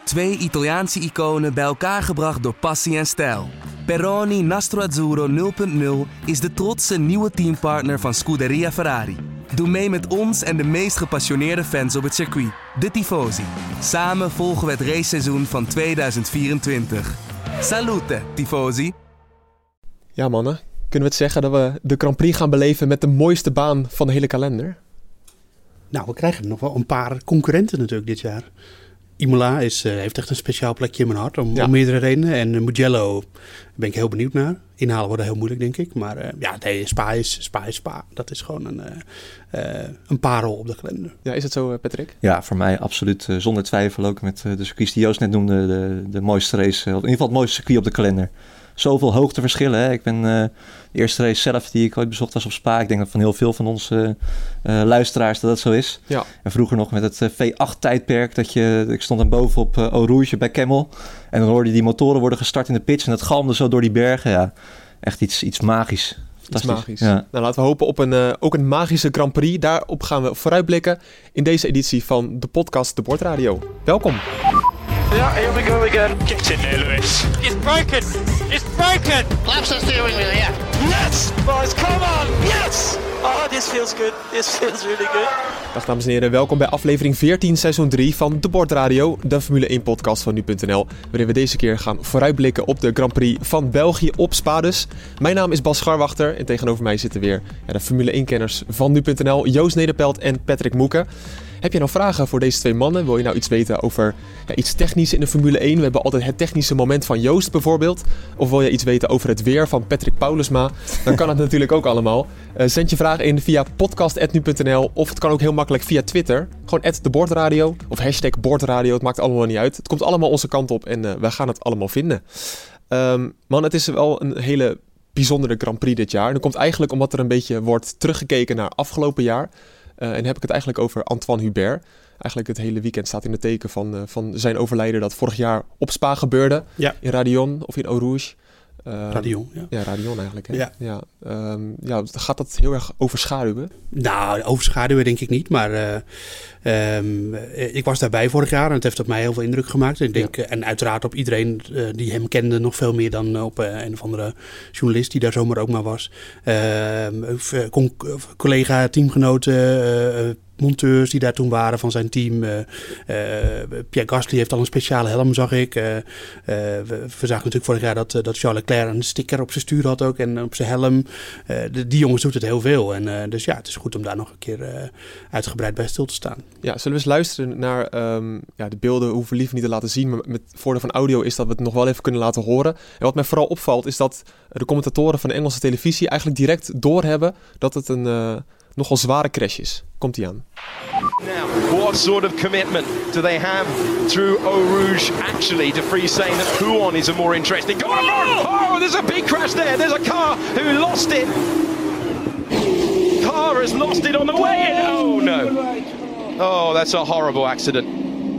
2 Italiaanse iconen bij elkaar gebracht door passie en stijl. Peroni Nastro Azzurro 0.0 is de trotse nieuwe teampartner van Scuderia Ferrari. Doe mee met ons en de meest gepassioneerde fans op het circuit, de Tifosi. Samen volgen we het raceseizoen van 2024. Salute, Tifosi! Ja mannen, kunnen we het zeggen dat we de Grand Prix gaan beleven met de mooiste baan van de hele kalender? Nou, we krijgen nog wel een paar concurrenten natuurlijk dit jaar. Imola heeft echt een speciaal plekje in mijn hart om meerdere redenen. En Mugello ben ik heel benieuwd naar. Inhalen wordt heel moeilijk, denk ik. Maar Spa is Spa. Dat is gewoon een parel op de kalender. Ja, is het zo, Patrick? Ja, voor mij absoluut zonder twijfel. Ook met de circuits die Joost net noemde. De mooiste race, in ieder geval het mooiste circuit op de kalender. Zoveel hoogteverschillen. Hè. Ik ben de eerste race zelf die ik ooit bezocht was op Spa. Ik denk dat van heel veel van onze luisteraars dat zo is. Ja. En vroeger nog met het V8-tijdperk. Ik stond dan boven op Eau Rouge bij Kemmel. En dan hoorde je die motoren worden gestart in de pits. En dat galmde zo door die bergen. Ja, echt iets magisch. Iets magisch. Ja. Nou, laten we hopen op ook een magische Grand Prix. Daarop gaan we vooruitblikken in deze editie van de podcast De Bordradio. Welkom. Yeah, here we go again. Get in there, Lewis. It's broken. It's broken. Laps the steering wheel, yeah. Yes, boys, come on. Yes. Oh, this feels good. This feels really good. Dag dames en heren, welkom bij aflevering 14, seizoen 3 van De Bordradio, de Formule 1 podcast van nu.nl, waarin we deze keer gaan vooruitblikken op de Grand Prix van België op Spa dus. Mijn naam is Bas Scharwachter en tegenover mij zitten weer de Formule 1-kenners van nu.nl, Joost Nederpelt en Patrick Moeke. Heb je nou vragen voor deze twee mannen? Wil je nou iets weten over iets technisch in de Formule 1? We hebben altijd het technische moment van Joost bijvoorbeeld. Of wil je iets weten over het weer van Patrick Paulusma? Dan kan het natuurlijk ook allemaal. Zend je vragen in via podcast@nu.nl of het kan ook heel makkelijk via Twitter. Gewoon @debordradio of #bordradio. Het maakt allemaal niet uit. Het komt allemaal onze kant op en wij gaan het allemaal vinden. Man, het is wel een hele bijzondere Grand Prix dit jaar. En dat komt eigenlijk omdat er een beetje wordt teruggekeken naar afgelopen jaar. En dan heb ik het eigenlijk over Antoine Hubert. Eigenlijk het hele weekend staat in het teken van zijn overlijden dat vorig jaar op Spa gebeurde. Ja. In Radion of in Eau Rouge. Radion, ja. Ja, Radion eigenlijk. Hè? Ja. Gaat dat heel erg overschaduwen? Nou, overschaduwen denk ik niet. Maar ik was daarbij vorig jaar en het heeft op mij heel veel indruk gemaakt. Ik denk, en uiteraard op iedereen die hem kende nog veel meer dan op een of andere journalist die daar zomaar ook maar was. Collega, teamgenoten, monteurs die daar toen waren van zijn team. Pierre Gasly heeft al een speciale helm, zag ik. We zagen natuurlijk vorig jaar dat Charles Leclerc een sticker op zijn stuur had ook en op zijn helm. Die jongens doet het heel veel. En dus ja, het is goed om daar nog een keer uitgebreid bij stil te staan. Ja, zullen we eens luisteren naar de beelden, hoeven we liever niet te laten zien. Maar met het voordeel van audio is dat we het nog wel even kunnen laten horen. En wat mij vooral opvalt is dat de commentatoren van de Engelse televisie eigenlijk direct doorhebben dat het een nogal zware crash is. Komt-ie aan. Now, what sort of commitment do they have through Eau Rouge actually to Free saying that Pouon is a more interesting... Oh, there's a big crash there. There's a car who lost it. Car has lost it on the way in. Oh, no. Oh, that's a horrible accident.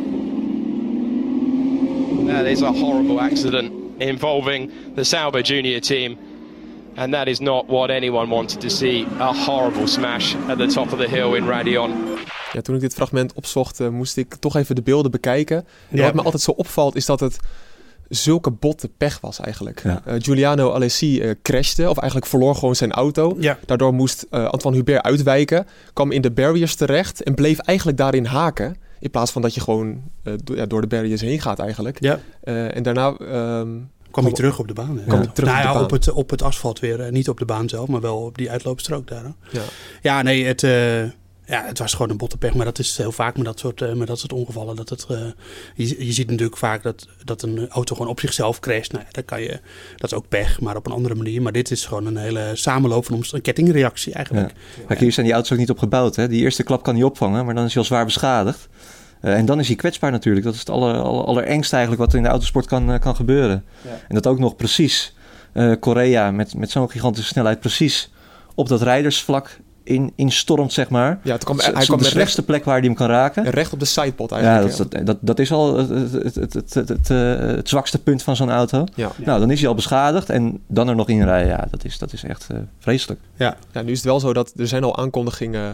That is a horrible accident involving the Sauber Junior team. And that is not what anyone wanted to see. A horrible smash at the top of the hill in Radion. Ja, toen ik dit fragment opzocht, moest ik toch even de beelden bekijken. En wat me altijd zo opvalt, is dat het zulke botte pech was eigenlijk. Ja. Giuliano Alesi crashte, of eigenlijk verloor gewoon zijn auto. Ja. Daardoor moest Antoine Hubert uitwijken, kwam in de barriers terecht en bleef eigenlijk daarin haken. In plaats van dat je gewoon door de barriers heen gaat eigenlijk. Ja. En daarna... kwam hij terug op de baan. Op het asfalt weer. Niet op de baan zelf, maar wel op die uitloopstrook daar. Ja, nee, het was gewoon een botte pech. Maar dat is heel vaak met dat soort ongevallen. Je ziet natuurlijk vaak dat een auto gewoon op zichzelf crasht. Nou, dat is ook pech, maar op een andere manier. Maar dit is gewoon een hele samenloop van een kettingreactie eigenlijk. Ja. Kijk, hier zijn die auto's ook niet op gebouwd. Hè? Die eerste klap kan hij opvangen, maar dan is hij al zwaar beschadigd. En dan is hij kwetsbaar natuurlijk. Dat is het allerengste eigenlijk wat in de autosport kan gebeuren. Ja. En dat ook nog precies Correa met zo'n gigantische snelheid precies op dat rijdersvlak instormt, zeg maar. Ja, hij kwam de slechtste plek waar hij hem kan raken. En recht op de sidepod eigenlijk. Ja, dat is al het zwakste punt van zo'n auto. Ja. Nou, dan is hij al beschadigd en dan er nog in rijden. Ja, dat is echt vreselijk. Ja, nu is het wel zo dat er zijn al aankondigingen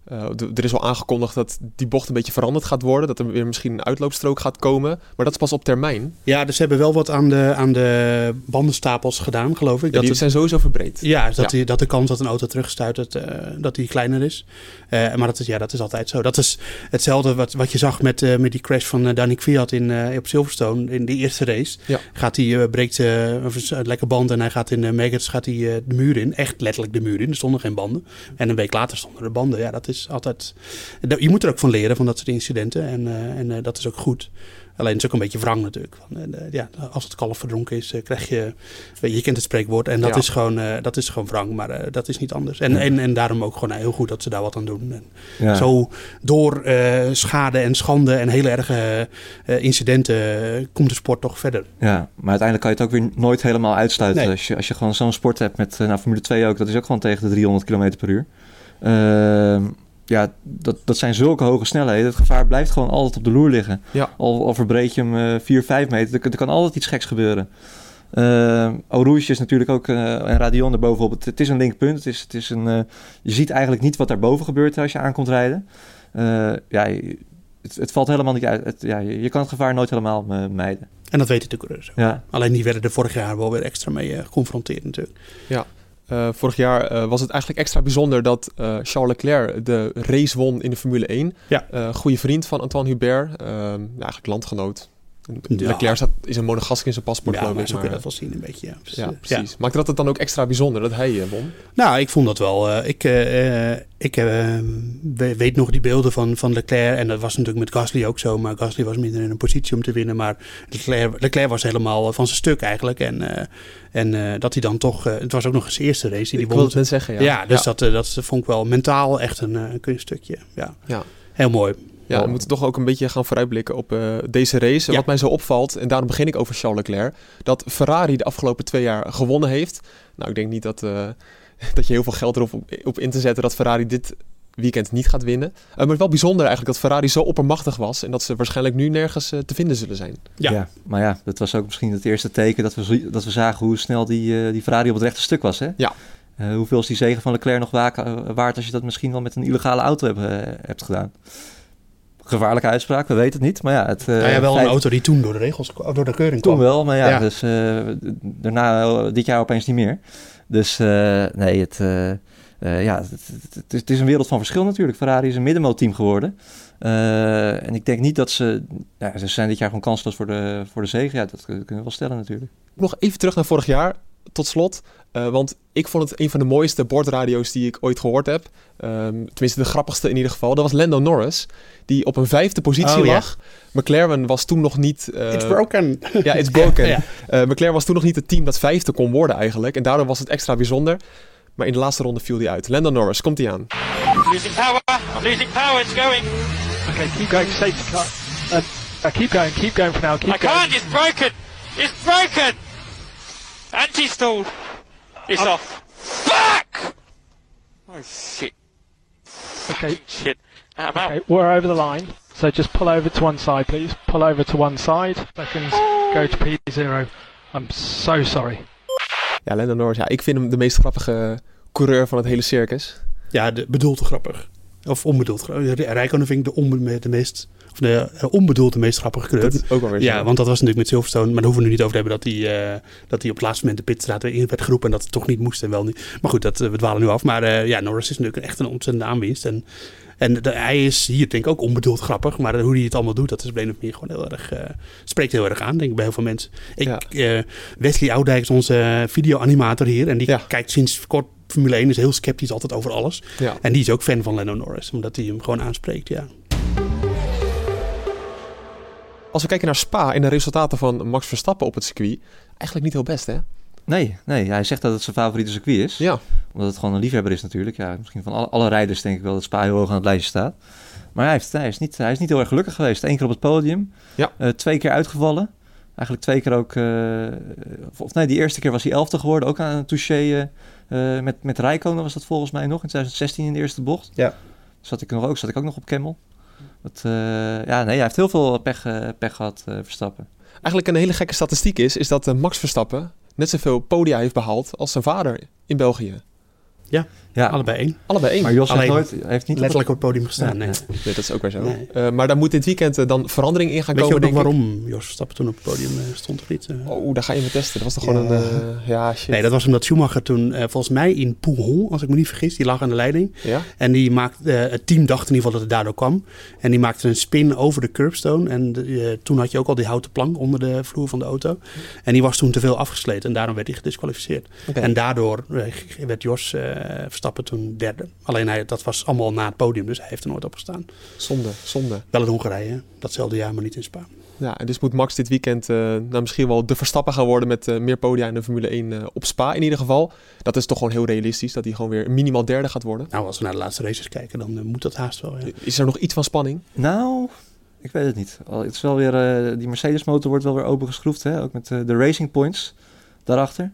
Er is al aangekondigd dat die bocht een beetje veranderd gaat worden. Dat er weer misschien een uitloopstrook gaat komen. Maar dat is pas op termijn. Ja, dus ze hebben wel wat aan de bandenstapels gedaan, geloof ik. Ja, die zijn sowieso verbreed. Ja, dat de kans dat een auto terugstuit, dat die kleiner is. Maar dat is altijd zo. Dat is hetzelfde wat je zag met die crash van Danny Kvyat op Silverstone in de eerste race. Ja. Breekt een lekker band en hij gaat in Maggots de muur in. Echt letterlijk de muur in. Er stonden geen banden. En een week later stonden er banden. Ja, dat is altijd... Je moet er ook van leren, van dat soort incidenten. En dat is ook goed. Alleen het is ook een beetje wrang natuurlijk. Als het kalf verdronken is, krijg je... Je kent het spreekwoord. En dat is gewoon wrang. Maar dat is niet anders. En daarom ook gewoon heel goed dat ze daar wat aan doen. En zo door schade en schande en hele erge incidenten komt de sport toch verder. Ja, maar uiteindelijk kan je het ook weer nooit helemaal uitsluiten. Nee. Als je gewoon zo'n sport hebt met Formule 2 ook. Dat is ook gewoon tegen de 300 km per uur. Dat zijn zulke hoge snelheden. Het gevaar blijft gewoon altijd op de loer liggen. Ja. Al verbreed je hem 4-5 meter. Er kan altijd iets geks gebeuren. Eau Rouge is natuurlijk ook en Radion erbovenop. Het is een linkpunt. Je ziet eigenlijk niet wat daarboven gebeurt als je aankomt rijden. Het valt helemaal niet uit. Je kan het gevaar nooit helemaal mijden. En dat weten de coureurs. Ja. Alleen die werden er vorig jaar wel weer extra mee geconfronteerd natuurlijk. Ja. Vorig jaar was het eigenlijk extra bijzonder dat Charles Leclerc de race won in de Formule 1. Ja. Goede vriend van Antoine Hubert. Eigenlijk landgenoot. Leclerc is een monegask in zijn paspoort, geloof ik. Ja, zo kun je dat wel zien een beetje. Ja, precies. Maakte dat het dan ook extra bijzonder dat hij won? Nou, ik vond dat wel. Ik weet nog die beelden van Leclerc. En dat was natuurlijk met Gasly ook zo. Maar Gasly was minder in een positie om te winnen. Maar Leclerc was helemaal van zijn stuk eigenlijk. En dat hij dan toch... het was ook nog eens de eerste race die hij won. Ik wil het net zeggen, ja. Ja, dus dat vond ik wel mentaal echt een kunststukje. Ja. Heel mooi. Ja, we moeten toch ook een beetje gaan vooruitblikken op deze race. Ja. Wat mij zo opvalt, en daarom begin ik over Charles Leclerc, dat Ferrari de afgelopen 2 jaar gewonnen heeft. Nou, ik denk niet dat je heel veel geld erop op in te zetten dat Ferrari dit weekend niet gaat winnen. Maar het is wel bijzonder eigenlijk dat Ferrari zo oppermachtig was en dat ze waarschijnlijk nu nergens te vinden zullen zijn. Ja, maar dat was ook misschien het eerste teken dat we zagen hoe snel die Ferrari op het rechte stuk was, hè? Ja. Hoeveel is die zege van Leclerc nog waard als je dat misschien wel met een illegale auto hebt gedaan? Gevaarlijke uitspraak, we weten het niet. Maar ja, wel een auto die toen door de regels, door de keuring kwam. Toen wel, maar dus daarna dit jaar opeens niet meer. Dus het is een wereld van verschil natuurlijk. Ferrari is een middenmootteam geworden. En ik denk niet dat ze zijn dit jaar gewoon kansloos voor de zege. Ja, dat kunnen we wel stellen natuurlijk. Nog even terug naar vorig jaar. Tot slot, want ik vond het een van de mooiste bordradio's die ik ooit gehoord heb. Tenminste de grappigste in ieder geval. Dat was Lando Norris, die op een 5e positie lag. McLaren was toen nog niet... it's broken. Ja, it's broken. Ja. McLaren was toen nog niet het team dat 5e kon worden eigenlijk. En daardoor was het extra bijzonder. Maar in de laatste ronde viel hij uit. Lando Norris, komt hij aan. Losing power, it's going. Okay, keep going, safety car. Keep going for now, I can't, it's broken. It's broken. Anti-stall. It's off. Fuck! Oh, shit. Okay. Shit. Okay, we're over the line. So just pull over to one side, please. Pull over to one side. Seconds. Go to P0. I'm so sorry. Ja, Lando Norris. Ja, ik vind hem de meest grappige coureur van het hele circus. Ja, bedoeld grappig. Of onbedoeld grappig. Räikkönen vind ik de onbedoeld de meest grappige coureur. Dat is ook wel weer zo. Ja, want dat was natuurlijk met Silverstone. Maar daar hoeven we nu niet over te hebben dat hij op het laatste moment de pitstraat in werd geroepen en dat het toch niet moest en wel niet. Maar goed, we dwalen nu af. Maar Norris is natuurlijk echt een ontzettende aanwinst. En hij is hier denk ik ook onbedoeld grappig. Maar hoe hij het allemaal doet, dat is op een of meer gewoon heel erg... spreekt heel erg aan, denk ik, bij heel veel mensen. Wesley Oudijk is onze videoanimator hier. En die kijkt sinds kort Formule 1, is heel sceptisch altijd over alles. Ja. En die is ook fan van Lando Norris, omdat hij hem gewoon aanspreekt, ja. Als we kijken naar Spa en de resultaten van Max Verstappen op het circuit, eigenlijk niet heel best, hè? Nee, hij zegt dat het zijn favoriete circuit is. Ja. Omdat het gewoon een liefhebber is natuurlijk. Ja, misschien van alle rijders denk ik wel dat Spa heel hoog aan het lijstje staat. Maar hij is niet heel erg gelukkig geweest. 1 keer op het podium. Ja. 2 keer uitgevallen. Eigenlijk 2 keer ook... die eerste keer was hij 11e geworden. Ook aan een touché met Räikkönen was dat volgens mij nog. In 2016 in de eerste bocht. Ja. Zat ik ook nog op Kemmel. Hij heeft heel veel pech gehad, Verstappen. Eigenlijk een hele gekke statistiek is dat Max Verstappen net zoveel podia heeft behaald als zijn vader in België. Ja, Ja, allebei 1. Maar Jos heeft niet letterlijk op het podium gestaan. Nee, dat is ook weer zo. Nee. Maar daar moet dit weekend dan verandering in gaan komen. Weet je ook nog waarom Jos Verstappen toen op het podium stond of niet? Daar ga je me testen. Dat was toch gewoon een... shit. Nee, dat was omdat Schumacher toen, volgens mij in Pouhon, als ik me niet vergis, die lag aan de leiding. Ja? En die maakte, het team dacht in ieder geval dat het daardoor kwam. En die maakte een spin over de curbstone. En toen had je ook al die houten plank onder de vloer van de auto. En die was toen te veel afgesleten. En daarom werd hij gedisqualificeerd. Okay. En daardoor werd Jos Verstappen toen derde. Alleen dat was allemaal na het podium, dus hij heeft er nooit op gestaan. Zonde. Wel in Hongarije, datzelfde jaar, maar niet in Spa. Ja, en dus moet Max dit weekend misschien wel de Verstappen gaan worden met meer podia in de Formule 1 op Spa in ieder geval. Dat is toch gewoon heel realistisch, dat hij gewoon weer minimaal derde gaat worden. Nou, als we naar de laatste races kijken, dan moet dat haast wel. Ja. Is er nog iets van spanning? Nou, ik weet het niet. Het is wel weer, die Mercedes motor wordt wel weer opengeschroefd, hè? Ook met de Racing Points daarachter.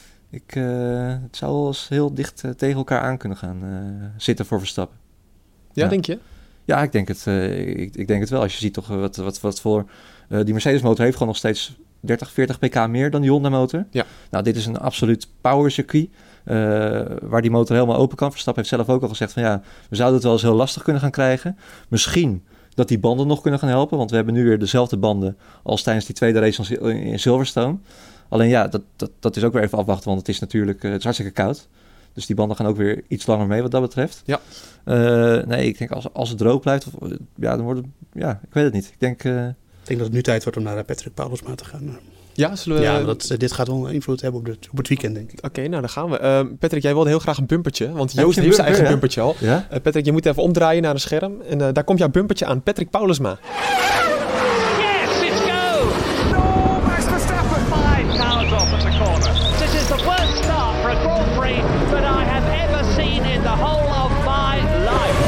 Het zou wel eens heel dicht tegen elkaar aan kunnen gaan zitten voor Verstappen. Ja, denk je? Ja, ik denk het. Ik denk het wel. Als je ziet toch wat voor... die Mercedes motor heeft gewoon nog steeds 30, 40 pk meer dan die Honda motor. Ja. Nou, dit is een absoluut power circuit. Waar die motor helemaal open kan. Verstappen heeft zelf ook al gezegd van we zouden het wel eens heel lastig kunnen gaan krijgen. Misschien dat die banden nog kunnen gaan helpen. Want we hebben nu weer dezelfde banden als tijdens die tweede race in Silverstone. Alleen dat is ook weer even afwachten. Want het is natuurlijk het is hartstikke koud. Dus die banden gaan ook weer iets langer mee wat dat betreft. Ja. Nee, ik denk als het droog blijft, dan wordt het... Ja, ik weet het niet. Ik denk dat het nu tijd wordt om naar Patrick Paulusma te gaan. Ja, zullen we... Ja, dit gaat wel invloed hebben op het weekend, denk ik. Oké, nou dan gaan we. Patrick, jij wilde heel graag een bumpertje. Want Joost heeft zijn eigen bumpertje al. Ja? Patrick, je moet even omdraaien naar een scherm. En daar komt jouw bumpertje aan. Patrick Paulusma. Yes, it's go! No, Max Verstappen! 5 cars off at the corner. This is the worst start for a Grand Prix that I have ever seen in the whole of my life.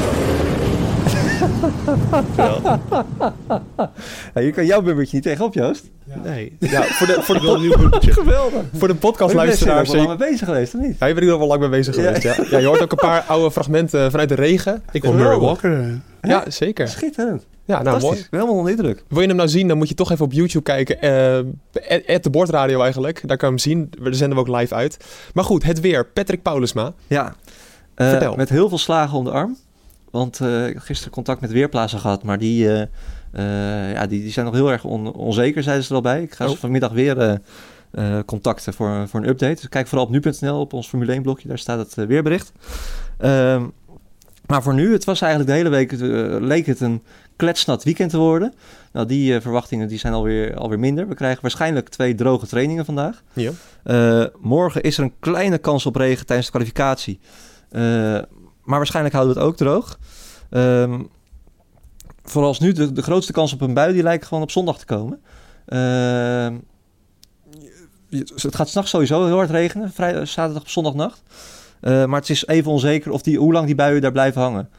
Hier kan jouw bumpertje niet tegenop, Joost. Ja. Nee. Ja, voor de nieuw bumpertje. Geweldig. Voor de podcastluisteraars. Ben je er wel lang mee bezig geweest, of niet? Ja, je bent er wel lang mee bezig geweest, ja. Je hoort ook een paar oude fragmenten vanuit de regen. Ik hoor Murray Walker. Ja, zeker. Schitterend. Ja, nou mooi. Ik ben helemaal onder indruk. Wil je hem nou zien, dan moet je toch even op YouTube kijken. De Bordradio eigenlijk. Daar kan je hem zien. Daar zenden we ook live uit. Maar goed, het weer. Patrick Paulusma. Ja. Vertel. Met heel veel slagen om de arm. Want ik heb gisteren contact met Weerplaza gehad. Maar die zijn nog heel erg onzeker, zeiden ze er al bij. Ik ga ze vanmiddag weer contacten voor een update. Dus kijk vooral op nu.nl, op ons Formule 1 blogje. Daar staat het weerbericht. Maar voor nu, het was eigenlijk de hele week, leek het een kletsnat weekend te worden. Nou, die verwachtingen die zijn alweer minder. We krijgen waarschijnlijk 2 droge trainingen vandaag. Ja. Morgen is er een kleine kans op regen tijdens de kwalificatie. Maar waarschijnlijk houden we het ook droog. Vooralsnu de grootste kans op een bui, die lijkt gewoon op zondag te komen. Het gaat 's nachts sowieso heel hard regenen, zaterdag op zondagnacht. Maar het is even onzeker hoe lang die buien daar blijven hangen.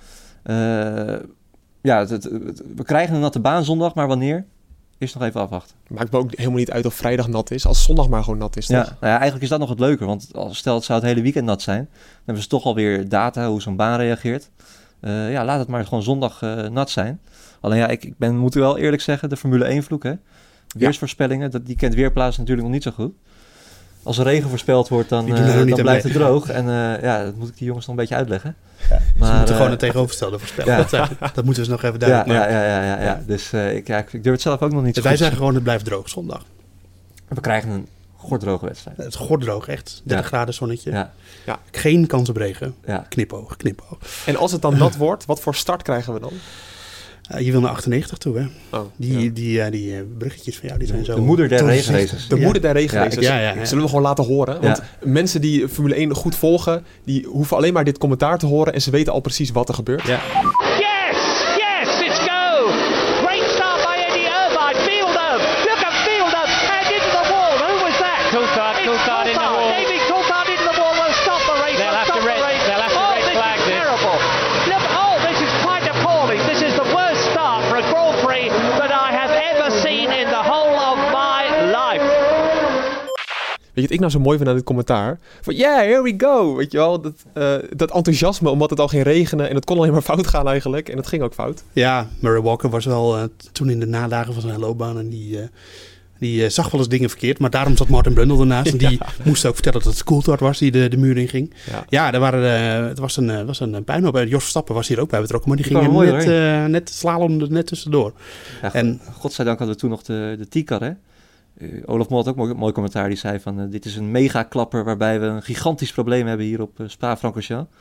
We krijgen een natte baan zondag, maar wanneer? Is nog even afwachten. Maakt me ook helemaal niet uit of vrijdag nat is, als zondag maar gewoon nat is. Toch? Ja, nou ja, eigenlijk is dat nog het leuker, want stel het zou het hele weekend nat zijn, dan hebben ze toch alweer data hoe zo'n baan reageert. Laat het maar gewoon zondag nat zijn. Alleen moet u wel eerlijk zeggen, de Formule 1 vloek, hè? Weersvoorspellingen, die kent Weerplaza natuurlijk nog niet zo goed. Als er regen voorspeld wordt, dan blijft het droog. En dat moet ik die jongens nog een beetje uitleggen. Ja, maar, ze moeten gewoon het tegenovergestelde voorspellen. Ja. Dat moeten we nog even duidelijk maken. Ja. Dus ik durf het zelf ook nog niet zo Wij zeggen gewoon het blijft droog zondag. We krijgen een gordroge wedstrijd. Het is gordroog, echt. 30 graden zonnetje. Ja. Geen kans op regen. Ja. Knipoog. En als het dan nat wordt, wat voor start krijgen we dan? Je wil naar 98 toe, hè? Oh, die bruggetjes van jou, die zijn zo... De moeder der regenraces. De moeder der regenraces. Zullen we gewoon laten horen? Want mensen die Formule 1 goed volgen, die hoeven alleen maar dit commentaar te horen en ze weten al precies wat er gebeurt. Ja. Yes, it's go! Great start by Eddie Irvine. Fielder, look at Fielder, and into the wall. Who was that? Coulthard in the wall. David Coulthard into the wall will stop the race. They'll have to red flag this. Terrible. Look, this is quite appalling. This is the worst start for a Grand Prix that I have ever seen in the whole of my life. Weet je wat ik nou zo mooi vind aan dit commentaar? Van here we go! Weet je wel, dat enthousiasme omdat het al ging regenen en het kon alleen maar fout gaan eigenlijk. En het ging ook fout. Ja, Murray Walker was wel toen in de nadagen van zijn loopbaan en Die zag wel eens dingen verkeerd, maar daarom zat Martin Brundle ernaast. En die moest ook vertellen dat het Coulthard was die de muur in ging. Het was een puinhoop. Jos Verstappen was hier ook bij betrokken, maar die ging net slalom er net tussendoor. Ja, en godzijdank hadden we toen nog de T-car, hè? Olaf Mol had ook een mooi commentaar. Die zei van, dit is een mega klapper waarbij we een gigantisch probleem hebben hier op Spa-Francorchamps.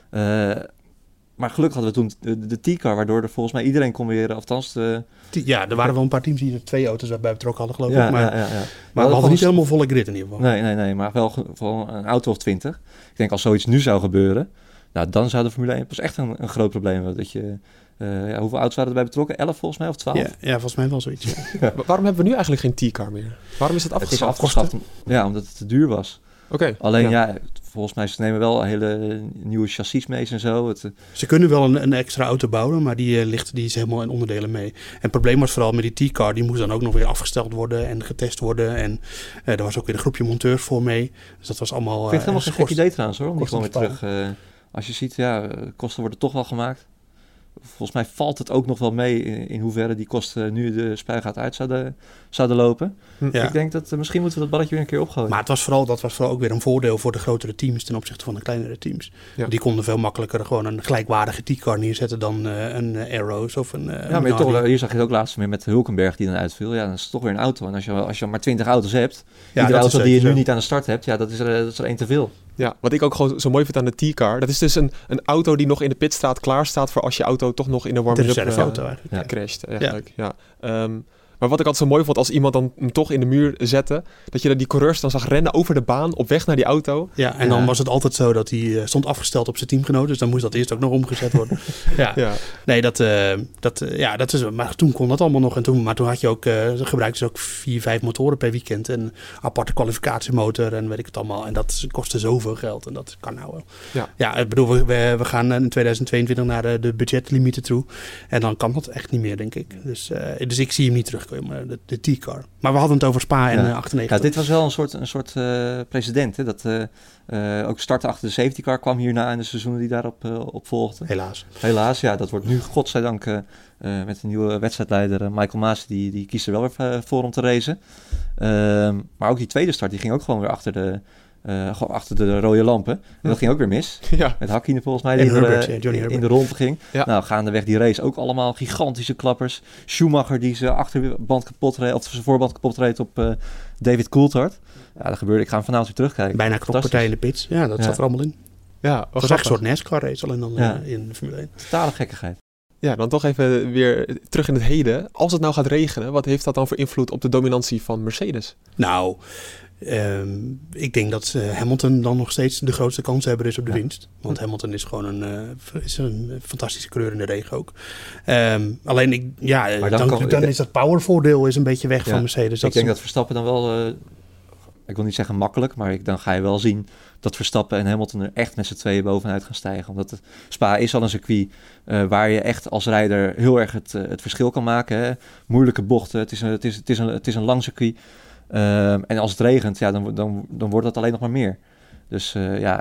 Maar gelukkig hadden we toen de T-car, waardoor er volgens mij iedereen kon weer, althans... er waren wel een paar teams die er 2 auto's bij betrokken hadden, geloof ik. Maar we hadden niet helemaal volle grid in ieder geval. Nee, maar wel een auto of 20. Ik denk als zoiets nu zou gebeuren, nou, dan zou de Formule 1 pas echt een groot probleem hebben. Dat je, hoeveel auto's waren erbij betrokken? 11 volgens mij of 12? Ja, volgens mij wel zoiets. Waarom hebben we nu eigenlijk geen T-car meer? Waarom is het afgeschaft? Het is afgeschaft, omdat het te duur was. Okay, Alleen volgens mij ze nemen wel hele nieuwe chassis mee en zo. Ze kunnen wel een extra auto bouwen, maar die is helemaal in onderdelen mee. En het probleem was vooral met die T-car, die moest dan ook nog weer afgesteld worden en getest worden. En er was ook weer een groepje monteurs voor mee. Dus dat was allemaal... Ik vind het helemaal geen gek idee trouwens hoor, om die gewoon weer terug... als je ziet, kosten worden toch wel gemaakt. Volgens mij valt het ook nog wel mee in hoeverre die kosten nu de spuigaat uit zouden lopen. Ja. Ik denk dat misschien moeten we dat balletje weer een keer opgooien. Maar dat was vooral ook weer een voordeel voor de grotere teams ten opzichte van de kleinere teams. Ja. Die konden veel makkelijker gewoon een gelijkwaardige T-car neerzetten dan een Arrows of een... maar toch, hier zag je het ook laatst meer met Hulkenberg die dan uitviel. Ja, dan is het toch weer een auto. En als je maar 20 auto's hebt, iedere auto die je nu niet aan de start hebt, dat is er één te veel. Ja, wat ik ook gewoon zo mooi vind aan de T-car, dat is dus een auto die nog in de pitstraat klaar staat voor als je auto toch nog in de warming-up crasht eigenlijk. Ja. Maar wat ik altijd zo mooi vond, als iemand dan hem toch in de muur zette, dat je dan die coureurs dan zag rennen over de baan op weg naar die auto. Ja, en dan was het altijd zo dat hij stond afgesteld op zijn teamgenoot, dus dan moest dat eerst ook nog omgezet worden. Nee, dat is... Maar toen kon dat allemaal nog. Maar toen had je ook, gebruikten ze ook 4-5 motoren per weekend en een aparte kwalificatiemotor en weet ik het allemaal. En dat kostte zoveel geld en dat kan nou wel. Ja, ik bedoel, we gaan in 2022 naar de budgetlimieten toe en dan kan dat echt niet meer, denk ik. Dus ik zie hem niet terug. De T-car. Maar we hadden het over Spa en 98. Ja, dit was wel een soort precedent. Hè? Dat ook starten achter de safety car kwam hierna in de seizoenen die daarop op volgden. Helaas, ja. Dat wordt nu godzijdank met de nieuwe wedstrijdleider Michael Masi. Die kiest er wel weer voor om te racen. Maar ook die tweede start, die ging ook gewoon weer achter de rode lampen. En dat ging ook weer mis. Ja. Met Hakkinen volgens mij die in de ronde ging. Ja. Nou, gaandeweg die race ook allemaal gigantische klappers. Schumacher die zijn achterband kapot reed, of zijn voorband kapot reed op David Coulthard. Ja, dat gebeurde. Ik ga hem vanavond weer terugkijken. Bijna knokpartij in de pits. Ja, dat zat er allemaal in. Ja, het was echt een soort NASCAR race, alleen dan in de Formule 1. Totale gekkigheid. Ja, dan toch even weer terug in het heden. Als het nou gaat regenen, wat heeft dat dan voor invloed op de dominantie van Mercedes? Nou... ik denk dat Hamilton dan nog steeds de grootste kanshebber is op de winst. Want Hamilton is gewoon een fantastische kleur in de regen ook. Alleen, dan is dat powervoordeel is een beetje weg van Mercedes. Ik denk dat Verstappen dan wel, ik wil niet zeggen makkelijk, maar dan ga je wel zien dat Verstappen en Hamilton er echt met z'n tweeën bovenuit gaan stijgen. Omdat Spa is al een circuit waar je echt als rijder heel erg het verschil kan maken. Hè? Moeilijke bochten, het is een lang circuit. En als het regent, dan wordt dat alleen nog maar meer. Dus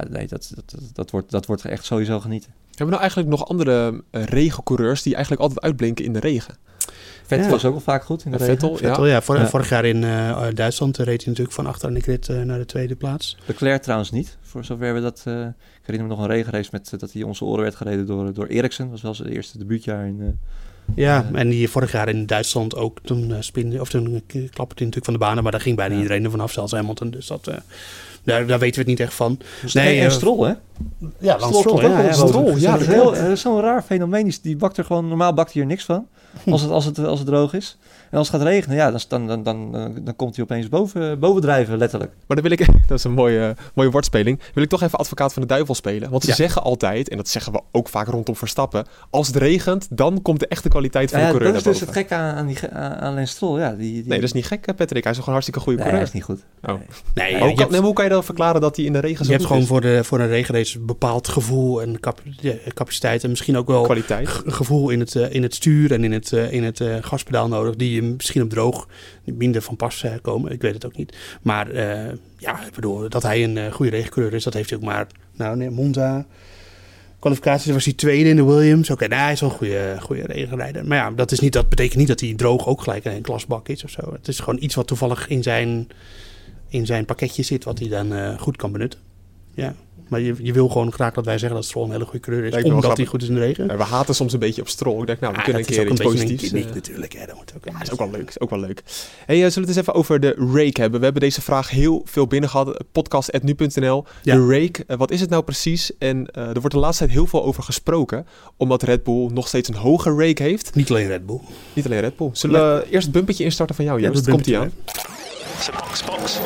dat wordt echt sowieso genieten. Hebben we nou eigenlijk nog andere regencoureurs die eigenlijk altijd uitblinken in de regen? Vettel was ook wel vaak goed in de regen. Vettel, vorig jaar in Duitsland reed hij natuurlijk van achter aan de grid naar de tweede plaats. Leclerc trouwens niet, voor zover we dat... ik herinner me nog een regenrace dat hij onze oren werd gereden door Ericsson. Dat was wel zijn eerste debuutjaar in... en die vorig jaar in Duitsland ook, toen klapperde hij natuurlijk van de banen, maar daar ging bijna iedereen er vanaf, zelfs Hamilton. Dus daar weten we het niet echt van. En Stroll, hè? Ja, Stroll. Ja, dat is zo'n raar fenomeen. Die bakt er gewoon, normaal bakt hij er niks van, als het droog is. En als het gaat regenen, dan komt hij opeens bovendrijven, letterlijk. Maar dan wil ik, dat is een mooie woordspeling, wil ik toch even advocaat van de duivel spelen. Want ze zeggen altijd, en dat zeggen we ook vaak rondom Verstappen, als het regent, dan komt de echte kwaliteit van de coureur naar boven. Dat is dus het gekke aan Lance Stroll. Ja, Nee, dat is niet gek, Patrick. Hij is gewoon een hartstikke goede coureur. Hij is niet goed. Oh. Nee, hoe kan je dan verklaren dat hij in de regen zo goed is? Je hebt gewoon voor een regenrace een bepaald gevoel en capaciteit en misschien ook wel kwaliteit. Gevoel in het stuur en in het gaspedaal nodig, die je misschien op droog minder van pas komen. Ik weet het ook niet. Maar ik bedoel, dat hij een goede regencoureur is, dat heeft hij ook maar... Monza, kwalificaties was hij tweede in de Williams. Oké, hij is wel een goede regenrijder. Maar ja, dat betekent niet dat hij droog ook gelijk een klasbak is of zo. Het is gewoon iets wat toevallig in zijn pakketje zit, wat hij dan goed kan benutten. Ja. Maar je wil gewoon graag dat wij zeggen dat Stroll een hele goede coureur is, omdat hij goed is in de regen. Ja, we haten soms een beetje op Stroll. Ik denk, we kunnen een keer iets positiefs. Natuurlijk, ja, dat moet ook. Ja, is ook wel leuk. Hey, zullen we het eens even over de rake hebben? We hebben deze vraag heel veel binnen gehad. Podcast@nu.nl. Ja. De rake, wat is het nou precies? En er wordt de laatste tijd heel veel over gesproken, omdat Red Bull nog steeds een hoge rake heeft. Niet alleen Red Bull. Zullen we eerst het bumpertje instarten van jou, Joost? Komt ie aan. Box.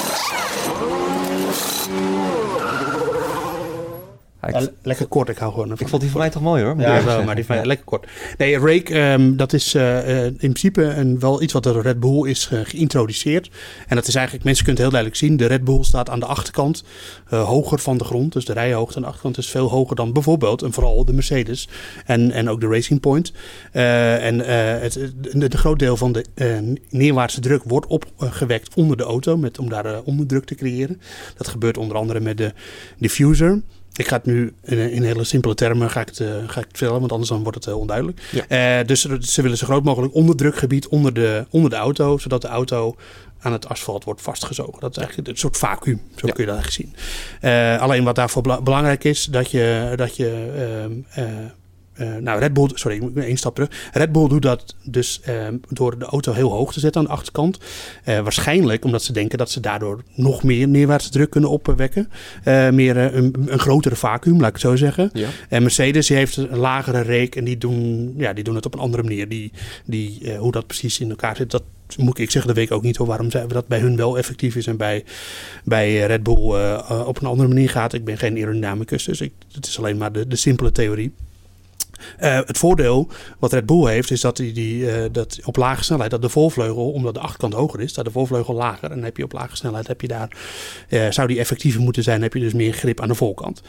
Lekker kort, ik hou gewoon Ik vond die van mij toch mooi hoor. Maar die van mij lekker kort. Nee, rake, dat is in principe wel iets wat door de Red Bull is geïntroduceerd. En dat is eigenlijk, mensen kunnen het heel duidelijk zien. De Red Bull staat aan de achterkant hoger van de grond. Dus de rijhoogte aan de achterkant is veel hoger dan bijvoorbeeld en vooral de Mercedes. En ook de Racing Point. Het groot deel van de neerwaartse druk wordt opgewekt onder de auto. Om daar onderdruk te creëren. Dat gebeurt onder andere met de diffuser. Ik ga het nu in hele simpele termen ga ik het vertellen, want anders dan wordt het heel onduidelijk. Ja. Dus ze willen zo groot mogelijk onderdrukgebied onder de auto, zodat de auto aan het asfalt wordt vastgezogen. Dat is eigenlijk een soort vacuüm, zo kun je dat eigenlijk zien. Alleen wat daarvoor belangrijk is, dat je Red Bull, sorry, ik moet één stap terug. Red Bull doet dat dus door de auto heel hoog te zetten aan de achterkant. Waarschijnlijk omdat ze denken dat ze daardoor nog meer neerwaartse druk kunnen opwekken. Een grotere vacuüm, laat ik het zo zeggen. Ja. En Mercedes heeft een lagere rake en die doen het op een andere manier. Hoe dat precies in elkaar zit, dat moet ik zeggen, dat weet ik ook niet hoor, waarom dat bij hun wel effectief is en bij Red Bull op een andere manier gaat. Ik ben geen aerodynamicus, dus het is alleen maar de simpele theorie. Het voordeel wat Red Bull heeft is dat op lage snelheid, dat de voorvleugel, omdat de achterkant hoger is, staat de voorvleugel lager. En dan heb je op lage snelheid, zou die effectiever moeten zijn, heb je dus meer grip aan de voorkant.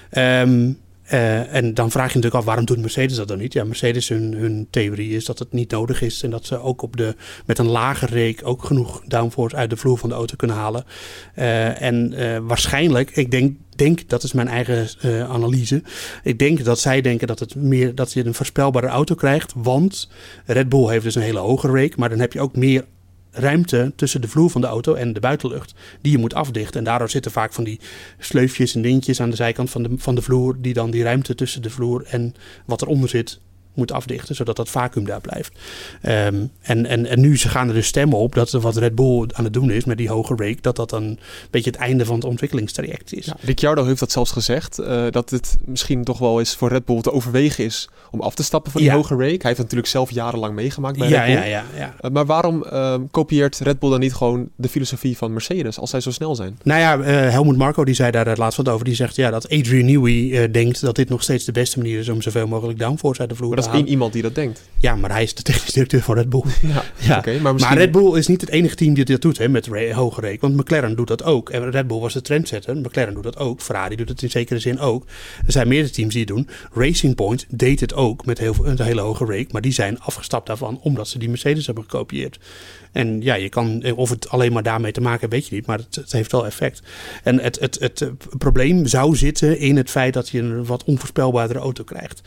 En dan vraag je natuurlijk af, waarom doet Mercedes dat dan niet? Ja, Mercedes, hun theorie is dat het niet nodig is en dat ze ook met een lage rake ook genoeg downforce uit de vloer van de auto kunnen halen. Waarschijnlijk, ik denk, dat is mijn eigen analyse. Ik denk dat zij denken dat je een voorspelbare auto krijgt, want Red Bull heeft dus een hele hoge rake, maar dan heb je ook meer ruimte tussen de vloer van de auto en de buitenlucht die je moet afdichten. En daardoor zitten vaak van die sleufjes en dingetjes aan de zijkant van de vloer die dan die ruimte tussen de vloer en wat eronder zit moet afdichten, zodat dat vacuüm daar blijft. En nu gaan er dus stemmen op dat wat Red Bull aan het doen is met die hoge rake, dat dan een beetje het einde van het ontwikkelingstraject is. Ja, Ricciardo heeft dat zelfs gezegd, dat het misschien toch wel eens voor Red Bull te overwegen is om af te stappen van die hoge rake. Hij heeft natuurlijk zelf jarenlang meegemaakt bij Red Bull. Ja. Maar waarom kopieert Red Bull dan niet gewoon de filosofie van Mercedes als zij zo snel zijn? Nou ja, Helmut Marko die zei daar laatst wat over. Die zegt dat Adrian Newey denkt dat dit nog steeds de beste manier is om zoveel mogelijk downforce uit de vloer te halen. Dat is één iemand die dat denkt. Ja, maar hij is de technisch directeur van Red Bull. Ja. Okay, maar Red Bull is niet het enige team die dat doet met hoge rake. Want McLaren doet dat ook. En Red Bull was de trendsetter. McLaren doet dat ook. Ferrari doet het in zekere zin ook. Er zijn meerdere teams die het doen. Racing Point deed het ook met een hele hoge rake. Maar die zijn afgestapt daarvan omdat ze die Mercedes hebben gekopieerd. En ja, je kan, of het alleen maar daarmee te maken weet je niet. Maar het heeft wel effect. En het probleem zou zitten in het feit dat je een wat onvoorspelbaardere auto krijgt.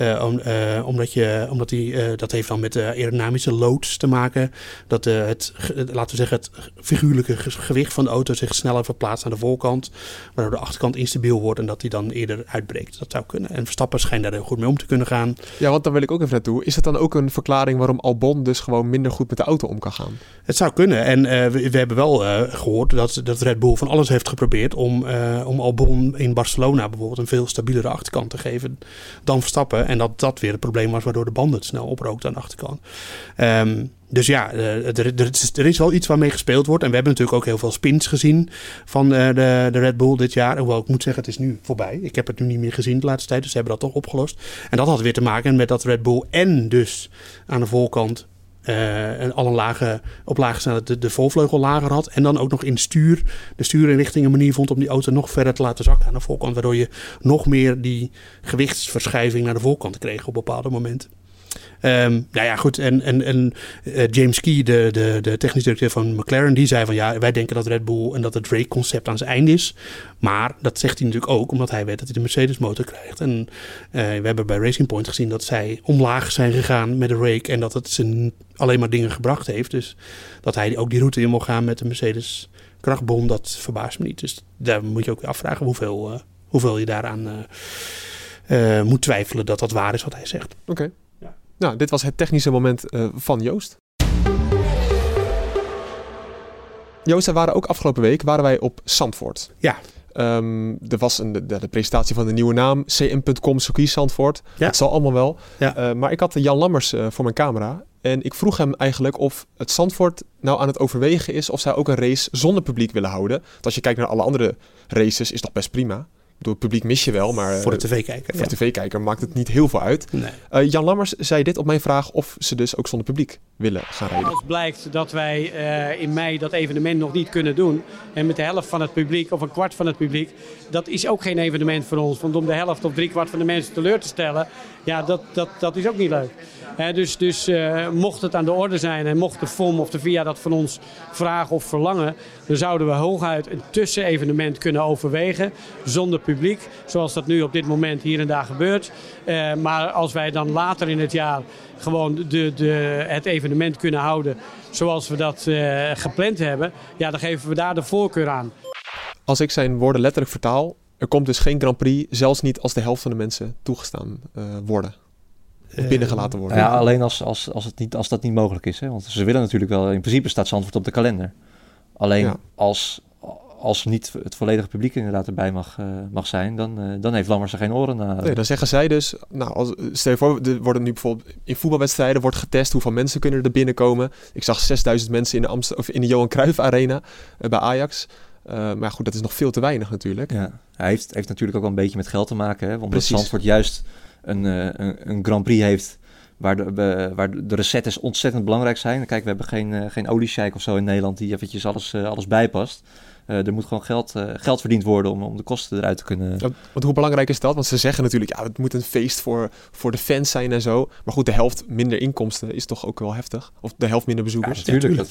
Omdat dat heeft dan met de aerodynamische loads te maken. Dat laten we zeggen, het figuurlijke gewicht van de auto zich sneller verplaatst aan de voorkant. Waardoor de achterkant instabiel wordt en dat die dan eerder uitbreekt. Dat zou kunnen. En Verstappen schijnt daar heel goed mee om te kunnen gaan. Ja, want daar wil ik ook even naartoe. Is het dan ook een verklaring waarom Albon dus gewoon minder goed met de auto om kan gaan? Het zou kunnen. En we hebben wel gehoord dat Red Bull van alles heeft geprobeerd om Albon in Barcelona bijvoorbeeld een veel stabielere achterkant te geven dan Verstappen. En dat weer het probleem was waardoor de banden het snel oprookt aan de achterkant. Dus ja, er is wel iets waarmee gespeeld wordt. En we hebben natuurlijk ook heel veel spins gezien van de Red Bull dit jaar. Hoewel ik moet zeggen, het is nu voorbij. Ik heb het nu niet meer gezien de laatste tijd. Dus ze hebben dat toch opgelost. En dat had weer te maken met dat Red Bull en dus aan de voorkant op lage snelheid de voorvleugel lager had. En dan ook nog in de stuurinrichting een manier vond om die auto nog verder te laten zakken aan de voorkant. Waardoor je nog meer die gewichtsverschuiving naar de voorkant kreeg op bepaalde momenten. Goed. En James Key, de technisch directeur van McLaren, die zei van wij denken dat Red Bull en dat het Drake-concept aan zijn einde is. Maar dat zegt hij natuurlijk ook omdat hij weet dat hij de Mercedes-motor krijgt. En we hebben bij Racing Point gezien dat zij omlaag zijn gegaan met de rake en dat het ze alleen maar dingen gebracht heeft. Dus dat hij ook die route in wil gaan met de Mercedes krachtbom, dat verbaast me niet. Dus daar moet je ook afvragen hoeveel je daaraan moet twijfelen dat waar is wat hij zegt. Oké. Ja. Nou, dit was het technische moment van Joost. Joost, afgelopen week waren wij op Zandvoort. Ja. Er was de presentatie van de nieuwe naam, cm.com circuit Zandvoort. Ja. Het zal allemaal wel. Ja. Maar ik had Jan Lammers voor mijn camera. En ik vroeg hem eigenlijk of het Zandvoort nou aan het overwegen is of zij ook een race zonder publiek willen houden. Want als je kijkt naar alle andere races, is dat best prima. Ik bedoel, het publiek mis je wel, maar voor de tv-kijker. Voor de tv-kijker maakt het niet heel veel uit. Nee. Jan Lammers zei dit op mijn vraag of ze dus ook zonder publiek willen gaan rijden. Als blijkt dat wij in mei dat evenement nog niet kunnen doen en met de helft van het publiek of een kwart van het publiek, dat is ook geen evenement voor ons. Want om de helft of 3/4 van de mensen teleur te stellen, dat is ook niet leuk. Dus mocht het aan de orde zijn en mocht de FOM of de VIA dat van ons vragen of verlangen, dan zouden we hooguit een tussenevenement kunnen overwegen zonder publiek, zoals dat nu op dit moment hier en daar gebeurt. Maar als wij dan later in het jaar gewoon het evenement kunnen houden zoals we dat gepland hebben, dan geven we daar de voorkeur aan. Als ik zijn woorden letterlijk vertaal, er komt dus geen Grand Prix, zelfs niet als de helft van de mensen toegestaan worden. Of binnengelaten worden. Ja, alleen als dat niet mogelijk is. Hè? Want ze willen natuurlijk wel, in principe staat Zandvoort op de kalender. Alleen als niet het volledige publiek inderdaad erbij mag zijn, dan heeft Lammers er geen oren naar. Nee, dan zeggen zij dus, stel je voor, er worden nu bijvoorbeeld in voetbalwedstrijden wordt getest hoeveel mensen kunnen er binnenkomen. Ik zag 6000 mensen in de Johan Cruijff Arena bij Ajax. Maar goed, dat is nog veel te weinig natuurlijk. Ja, hij heeft natuurlijk ook wel een beetje met geld te maken. Hè? Omdat Zandvoort juist een Grand Prix heeft waar de recettes ontzettend belangrijk zijn. Kijk, we hebben geen oliesjeik of zo in Nederland die eventjes alles bijpast. Er moet gewoon geld verdiend worden om de kosten eruit te kunnen. Want hoe belangrijk is dat? Want ze zeggen natuurlijk, het moet een feest voor de fans zijn en zo. Maar goed, de helft minder inkomsten is toch ook wel heftig? Of de helft minder bezoekers? Ja, natuurlijk.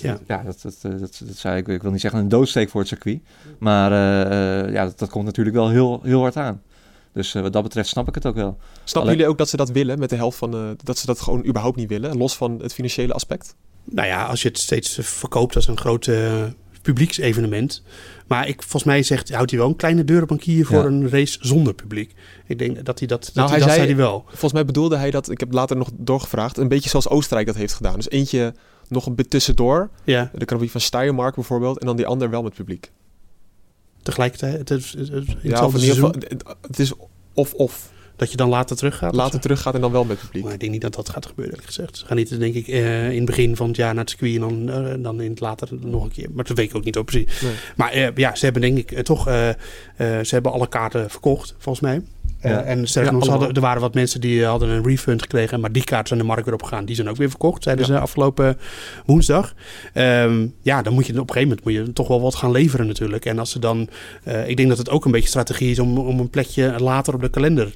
Dat zei ik wil niet zeggen een doodsteek voor het circuit. Maar dat komt natuurlijk wel heel, heel hard aan. Dus wat dat betreft snap ik het ook wel. Snappen jullie ook dat ze dat willen met de helft van dat ze dat gewoon überhaupt niet willen, los van het financiële aspect? Nou ja, als je het steeds verkoopt als een groot publieksevenement. Maar volgens mij houdt hij wel een kleine deurenbankier voor een race zonder publiek. Ik denk dat hij dat zei hij wel. Volgens mij bedoelde hij dat, ik heb later nog doorgevraagd, een beetje zoals Oostenrijk dat heeft gedaan. Dus eentje nog een bit tussendoor. Ja. De Grand Prix van Steiermark bijvoorbeeld. En dan die ander wel met publiek. Tegelijkertijd? Het is of. Dat je dan later teruggaat en dan wel met publiek. Maar ik denk niet dat gaat gebeuren, eerlijk gezegd. Ze gaan niet, denk ik, in het begin van het jaar naar het circuit en dan in het later nog een keer. Maar dat weet ik ook niet op precies. Nee. Maar ze hebben denk ik toch, ze hebben alle kaarten verkocht, volgens mij. En er waren wat mensen die hadden een refund gekregen, maar die kaarten zijn de markt weer opgegaan. Die zijn ook weer verkocht, zeiden ze afgelopen woensdag. Dan moet je op een gegeven moment toch wel wat gaan leveren natuurlijk. En als ze dan, ik denk dat het ook een beetje strategie is om een plekje later op de kalender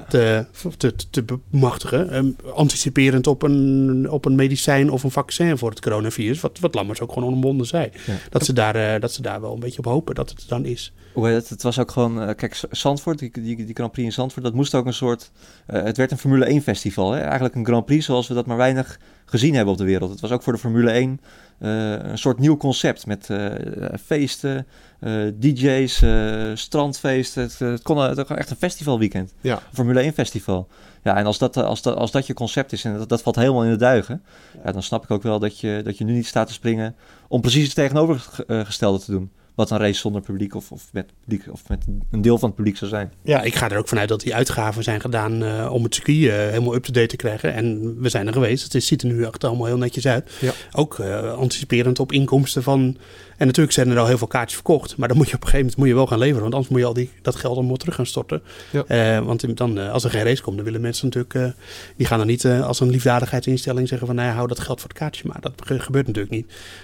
te bemachtigen. Anticiperend op een medicijn of een vaccin voor het coronavirus. Wat Lammers ook gewoon onomwonden zei. Ja. Dat ze daar wel een beetje op hopen dat het dan is. Het was ook gewoon, kijk, Zandvoort, die Grand Prix in Zandvoort, dat moest ook een soort, het werd een Formule 1 festival. Hè? Eigenlijk een Grand Prix zoals we dat maar weinig gezien hebben op de wereld. Het was ook voor de Formule 1 een soort nieuw concept met feesten, DJ's, strandfeesten. Het kon echt een festivalweekend. Ja. Een Formule 1 festival. Ja, en als dat je concept is en dat valt helemaal in de duigen, dan snap ik ook wel dat je nu niet staat te springen om precies het tegenovergestelde te doen. Wat een race zonder publiek of met publiek of met een deel van het publiek zou zijn. Ja, ik ga er ook vanuit dat die uitgaven zijn gedaan om het circuit helemaal up-to-date te krijgen. En we zijn er geweest. Het ziet er nu echt allemaal heel netjes uit. Ja. Ook anticiperend op inkomsten van. En natuurlijk zijn er al heel veel kaartjes verkocht. Maar dan moet je op een gegeven moment wel gaan leveren. Want anders moet je dat geld allemaal terug gaan storten. Ja. Want dan, als er geen race komt, dan willen mensen natuurlijk. Die gaan dan niet als een liefdadigheidsinstelling zeggen van hou dat geld voor het kaartje. Maar dat gebeurt natuurlijk niet.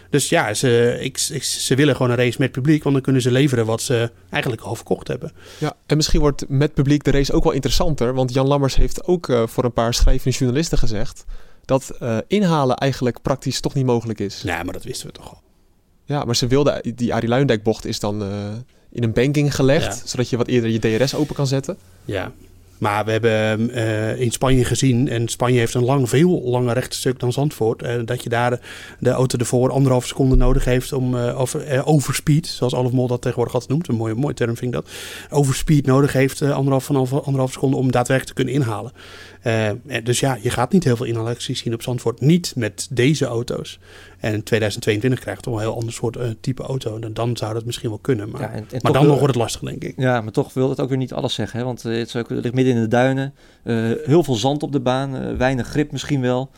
Dus ja, ze willen gewoon een race met publiek, want dan kunnen ze leveren wat ze eigenlijk al verkocht hebben. Ja, en misschien wordt met publiek de race ook wel interessanter, want Jan Lammers heeft ook voor een paar schrijvende journalisten gezegd dat inhalen eigenlijk praktisch toch niet mogelijk is. Ja, maar dat wisten we toch al. Ja, maar ze wilden, die Arie Luijendijk bocht is dan in een banking gelegd, zodat je wat eerder je DRS open kan zetten. Ja. Maar we hebben in Spanje gezien, en Spanje heeft een veel langer rechtstuk dan Zandvoort, dat je daar de auto ervoor 1,5 seconde nodig heeft om overspeed, zoals Olaf Mol dat tegenwoordig altijd noemt, een mooie term vind ik dat, overspeed nodig heeft, 1,5 seconde om daadwerkelijk te kunnen inhalen. Dus ja, je gaat niet heel veel inhaalacties zien op Zandvoort, niet met deze auto's. En in 2022 krijg je toch wel een heel ander soort type auto. En dan zou dat misschien wel kunnen. Maar, maar dan nog wordt het lastig, denk ik. Ja, maar toch wil het ook weer niet alles zeggen. Hè? Want het ligt midden in de duinen. Heel veel zand op de baan. Weinig grip misschien wel.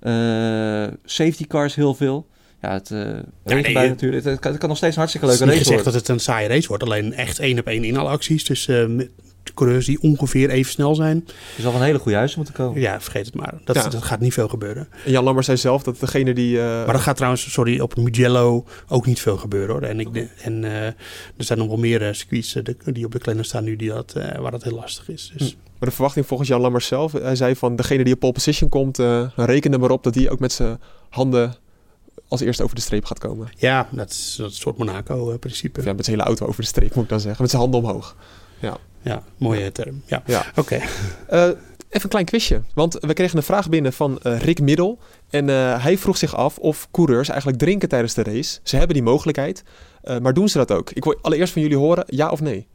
Safety cars heel veel. Ja, het natuurlijk. Het kan nog steeds een hartstikke leuke race worden. Het is niet gezegd dat het een saaie race wordt. Alleen echt 1-op-1 inhaalacties. Dus de coureurs die ongeveer even snel zijn. Er zal van een hele goede huis moeten komen. Ja, vergeet het maar. Dat gaat niet veel gebeuren. En Jan Lammers zei zelf dat degene die... Maar dat gaat trouwens, op Mugello ook niet veel gebeuren, hoor. En er zijn nog wel meer circuits die op de kalender staan nu waar dat heel lastig is. Dus. Maar de verwachting volgens Jan Lammers zelf, hij zei van degene die op pole position komt, reken er maar op dat die ook met zijn handen als eerste over de streep gaat komen. Ja, dat is een soort Monaco-principe. Ja, met zijn hele auto over de streep moet ik dan zeggen. Met zijn handen omhoog. Ja, mooie term. Ja. Oké. Even een klein quizje. Want we kregen een vraag binnen van Rick Middel. En hij vroeg zich af of coureurs eigenlijk drinken tijdens de race. Ze hebben die mogelijkheid. Maar doen ze dat ook? Ik wil allereerst van jullie horen, ja of nee?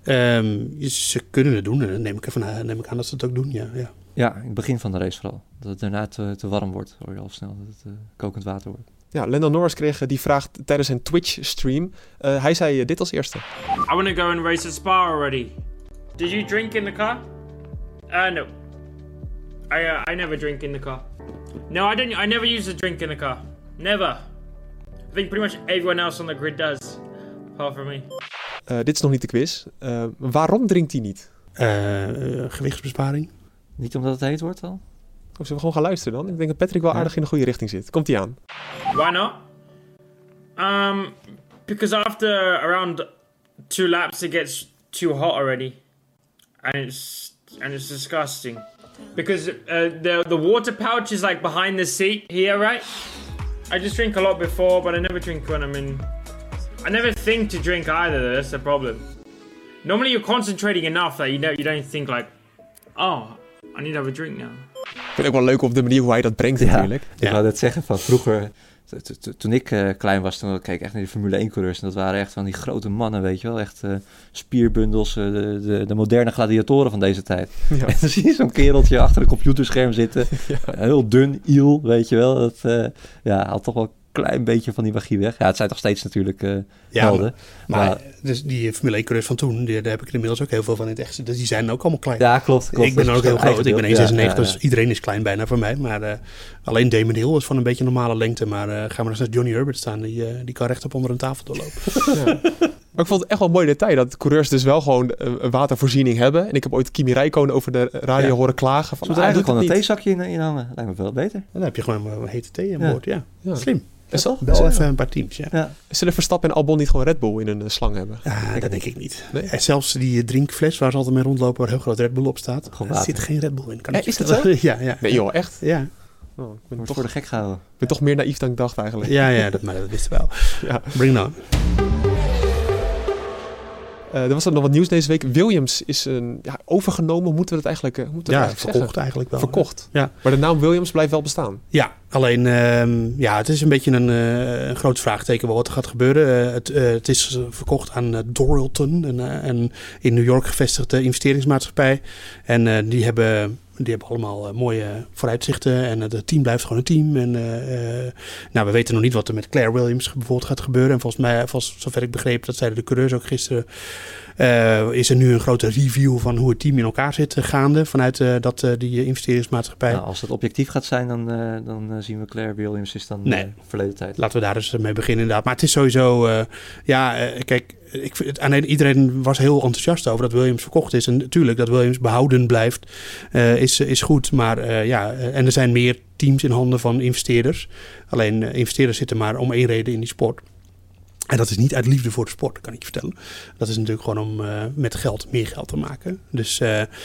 Ze kunnen het doen. En dan neem ik aan dat ze het ook doen, ja. Ja, in het begin van de race vooral. Dat het daarna te warm wordt. Hoor je al snel dat het kokend water wordt. Ja, Lando Norris kreeg die vraag tijdens zijn Twitch-stream. Hij zei dit als eerste. I want to go and race at Spa already. Did you drink in the car? No. I never drink in the car. No, I don't. I never use a drink in the car. Never. I think pretty much everyone else on the grid does. Apart from me. Dit is nog niet de quiz. Waarom drinkt hij niet? Gewichtsbesparing. Niet omdat het heet wordt al? Of zullen we gewoon gaan luisteren dan? Ik denk dat Patrick wel aardig in de goede richting zit. Komt hij aan? Why not? Because after around 2 laps it gets too hot already. And it's disgusting. Because the water pouch is like behind the seat here, right? I just drink a lot before, but I never drink when I'm in... I never think to drink either, that's the problem. Normally you're concentrating enough that you don't think like... Oh, I need to have a drink now. Ik vind het ook wel leuk op de manier hoe hij dat brengt natuurlijk. Ik wou dat zeggen van vroeger... Toen ik klein was, toen keek ik echt naar die Formule 1-coureurs. En dat waren echt van die grote mannen, weet je wel. Echt spierbundels, de moderne gladiatoren van deze tijd. Ja. En dan zie je zo'n kereltje achter een computerscherm zitten. Ja. Heel dun, iel, weet je wel. Dat haalt toch wel een klein beetje van die magie weg. Ja, het zijn toch steeds natuurlijk helden. Maar dus die Formule 1-coureurs van toen, daar heb ik er inmiddels ook heel veel van in het echt. Dus die zijn ook allemaal klein. Ja, klopt. Ik ben ook heel groot. Ik ben 1,96, dus iedereen is klein bijna voor mij. Maar alleen Damon Hill is van een beetje normale lengte. Maar gaan we eens naar Johnny Herbert staan. Die kan rechtop onder een tafel doorlopen. Ja. Maar ik vond het echt wel een mooi detail dat coureurs dus wel gewoon een watervoorziening hebben. En ik heb ooit Kimi Räikkönen over de radio horen klagen. Van, moet eigenlijk gewoon een theezakje in hangen. Lijkt me veel beter. Dan heb je gewoon een hete thee aan boord. Ja. Slim. Is dat? Bel even een paar teams, ja. Zullen Verstappen en Albon niet gewoon Red Bull in een slang hebben? Ja, dat denk ik niet. Nee? En zelfs die drinkfles waar ze altijd mee rondlopen, waar heel groot Red Bull op staat, er zit geen Red Bull in. Is dat zo? Ja. Nee joh, echt? Ja. Oh, ik ben toch voor de gek gehouden. Ik ben toch meer naïef dan ik dacht eigenlijk. Ja, maar dat wisten we wel. Ja. Bring it on. Er was er nog wat nieuws deze week. Williams is overgenomen. Moeten we dat eigenlijk verkocht zeggen? Eigenlijk wel. Verkocht. Ja. Maar de naam Williams blijft wel bestaan. Ja, alleen het is een beetje een groot vraagteken wat er gaat gebeuren. Het is verkocht aan Dorilton, een in New York gevestigde investeringsmaatschappij. En die hebben allemaal mooie vooruitzichten. En het team blijft gewoon een team. En we weten nog niet wat er met Claire Williams bijvoorbeeld gaat gebeuren. En volgens mij, zover ik begreep, dat zeiden de coureurs ook gisteren, is er nu een grote review van hoe het team in elkaar zit gaande vanuit die investeringsmaatschappij. Nou, als het objectief gaat zijn, dan zien we Claire Williams is dan verleden tijd. Laten we daar dus mee beginnen inderdaad. Maar het is sowieso, kijk, iedereen was heel enthousiast over dat Williams verkocht is. En natuurlijk, dat Williams behouden blijft, is goed. Maar en er zijn meer teams in handen van investeerders. Alleen investeerders zitten maar om één reden in die sport. En dat is niet uit liefde voor de sport, kan ik je vertellen. Dat is natuurlijk gewoon om met geld meer geld te maken. Dus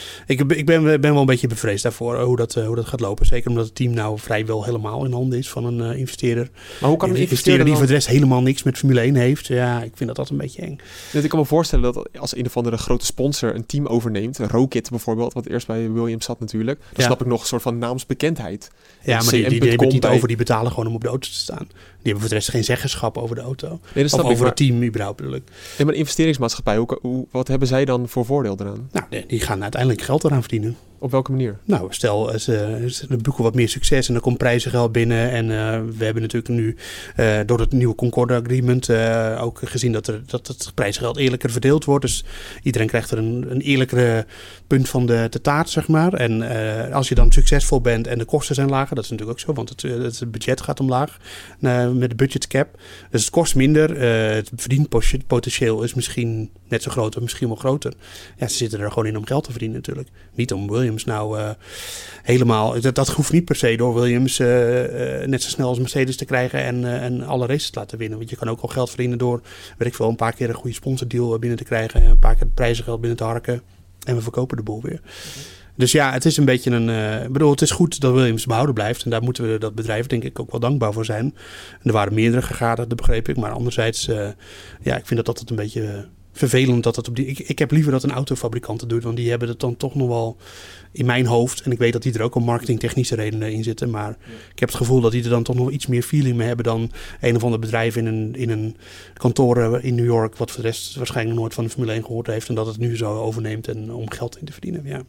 ik ben wel een beetje bevreesd daarvoor hoe dat gaat lopen. Zeker omdat het team nou vrijwel helemaal in handen is van een investeerder. Maar hoe kan een investeerder die voor de rest helemaal niks met Formule 1 heeft? Ja, ik vind dat een beetje eng. Ik kan me voorstellen dat als een of andere grote sponsor een team overneemt, Rocket bijvoorbeeld, wat eerst bij Williams zat natuurlijk, dan snap ik nog een soort van naamsbekendheid. Ja, maar die hebben het niet over, die betalen gewoon om op de auto te staan. Die hebben voor de rest geen zeggenschap over de auto. Nee, of over het team überhaupt bedoel ik. Nee, maar investeringsmaatschappij, wat hebben zij dan voor voordeel eraan? Nou, die gaan uiteindelijk geld eraan verdienen. Op welke manier? Nou, stel, ze boeken wat meer succes en er komt prijzengeld binnen. En we hebben natuurlijk nu door het nieuwe Concorde Agreement ook gezien dat het prijzengeld eerlijker verdeeld wordt. Dus iedereen krijgt er een eerlijkere punt van de taart, zeg maar. En als je dan succesvol bent en de kosten zijn lager, dat is natuurlijk ook zo, want het budget gaat omlaag met de budget cap. Dus het kost minder. Het verdienpotentieel is misschien net zo groot of misschien wel groter. Ja, ze zitten er gewoon in om geld te verdienen natuurlijk. Niet om Williams nou helemaal... Dat hoeft niet per se door Williams net zo snel als Mercedes te krijgen en alle races te laten winnen. Want je kan ook al geld verdienen door, weet ik veel, een paar keer een goede sponsordeal binnen te krijgen. Een paar keer het prijzengeld binnen te harken. En we verkopen de boel weer. Dus ja, het is een beetje het is goed dat Williams behouden blijft. En daar moeten we dat bedrijf denk ik ook wel dankbaar voor zijn. En er waren meerdere gegadigden, begreep ik. Maar anderzijds, ik vind dat een beetje vervelend dat het op die... Ik heb liever dat een autofabrikant het doet, want die hebben het dan toch nog wel in mijn hoofd. En ik weet dat die er ook om marketingtechnische redenen in zitten. Maar ik heb het gevoel dat die er dan toch nog iets meer feeling mee hebben dan een of ander bedrijf in een kantoor in New York, wat voor de rest waarschijnlijk nooit van de Formule 1 gehoord heeft en dat het nu zo overneemt en om geld in te verdienen. Ja,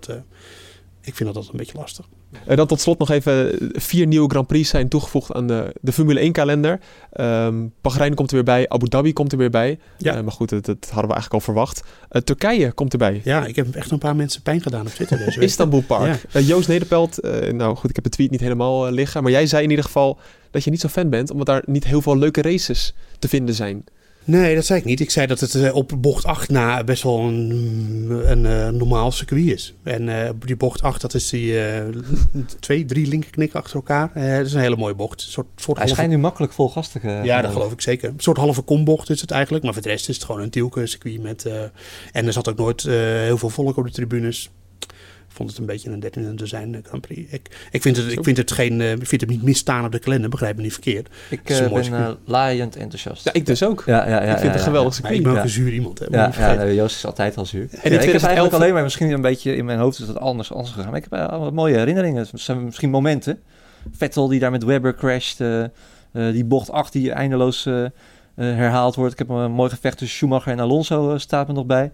ik vind dat een beetje lastig. En dan tot slot nog even 4 nieuwe Grand Prix zijn toegevoegd aan de Formule 1 kalender. Bahrein komt er weer bij, Abu Dhabi komt er weer bij. Ja. Maar goed, dat hadden we eigenlijk al verwacht. Turkije komt erbij. Ja, ik heb echt een paar mensen pijn gedaan op Twitter deze week. Istanbul Park. Ja. Joost Nederpelt, nou goed, ik heb de tweet niet helemaal liggen. Maar jij zei in ieder geval dat je niet zo fan bent, omdat daar niet heel veel leuke races te vinden zijn. Nee, dat zei ik niet. Ik zei dat het op bocht 8 na best wel een normaal circuit is. En die bocht 8, dat is die 2, 3 linkerknikken achter elkaar. Dat is een hele mooie bocht. Hij schijnt nu makkelijk vol gas te Ja, dat geloof ik zeker. Een soort halve kombocht is het eigenlijk. Maar voor de rest is het gewoon een Tielke circuit met... en er zat ook nooit heel veel volk op de tribunes. Ik vond het een beetje een 13e dozijn Grand Prix. Ik vind het niet misstaan op de kalender, begrijp me niet verkeerd. Ik ben laaiend enthousiast. Ja, ik dus ook. Ja, ik vind het een geweldig circuit. Ik ben ook een zuur iemand. Joost is altijd al zuur. En ik heb eigenlijk alleen maar misschien een beetje in mijn hoofd is het anders gegaan. Maar ik heb wat mooie herinneringen. Het zijn misschien momenten. Vettel die daar met Webber crasht. Die bocht 8 die eindeloos herhaald wordt. Ik heb een mooi gevecht tussen Schumacher en Alonso staat me nog bij.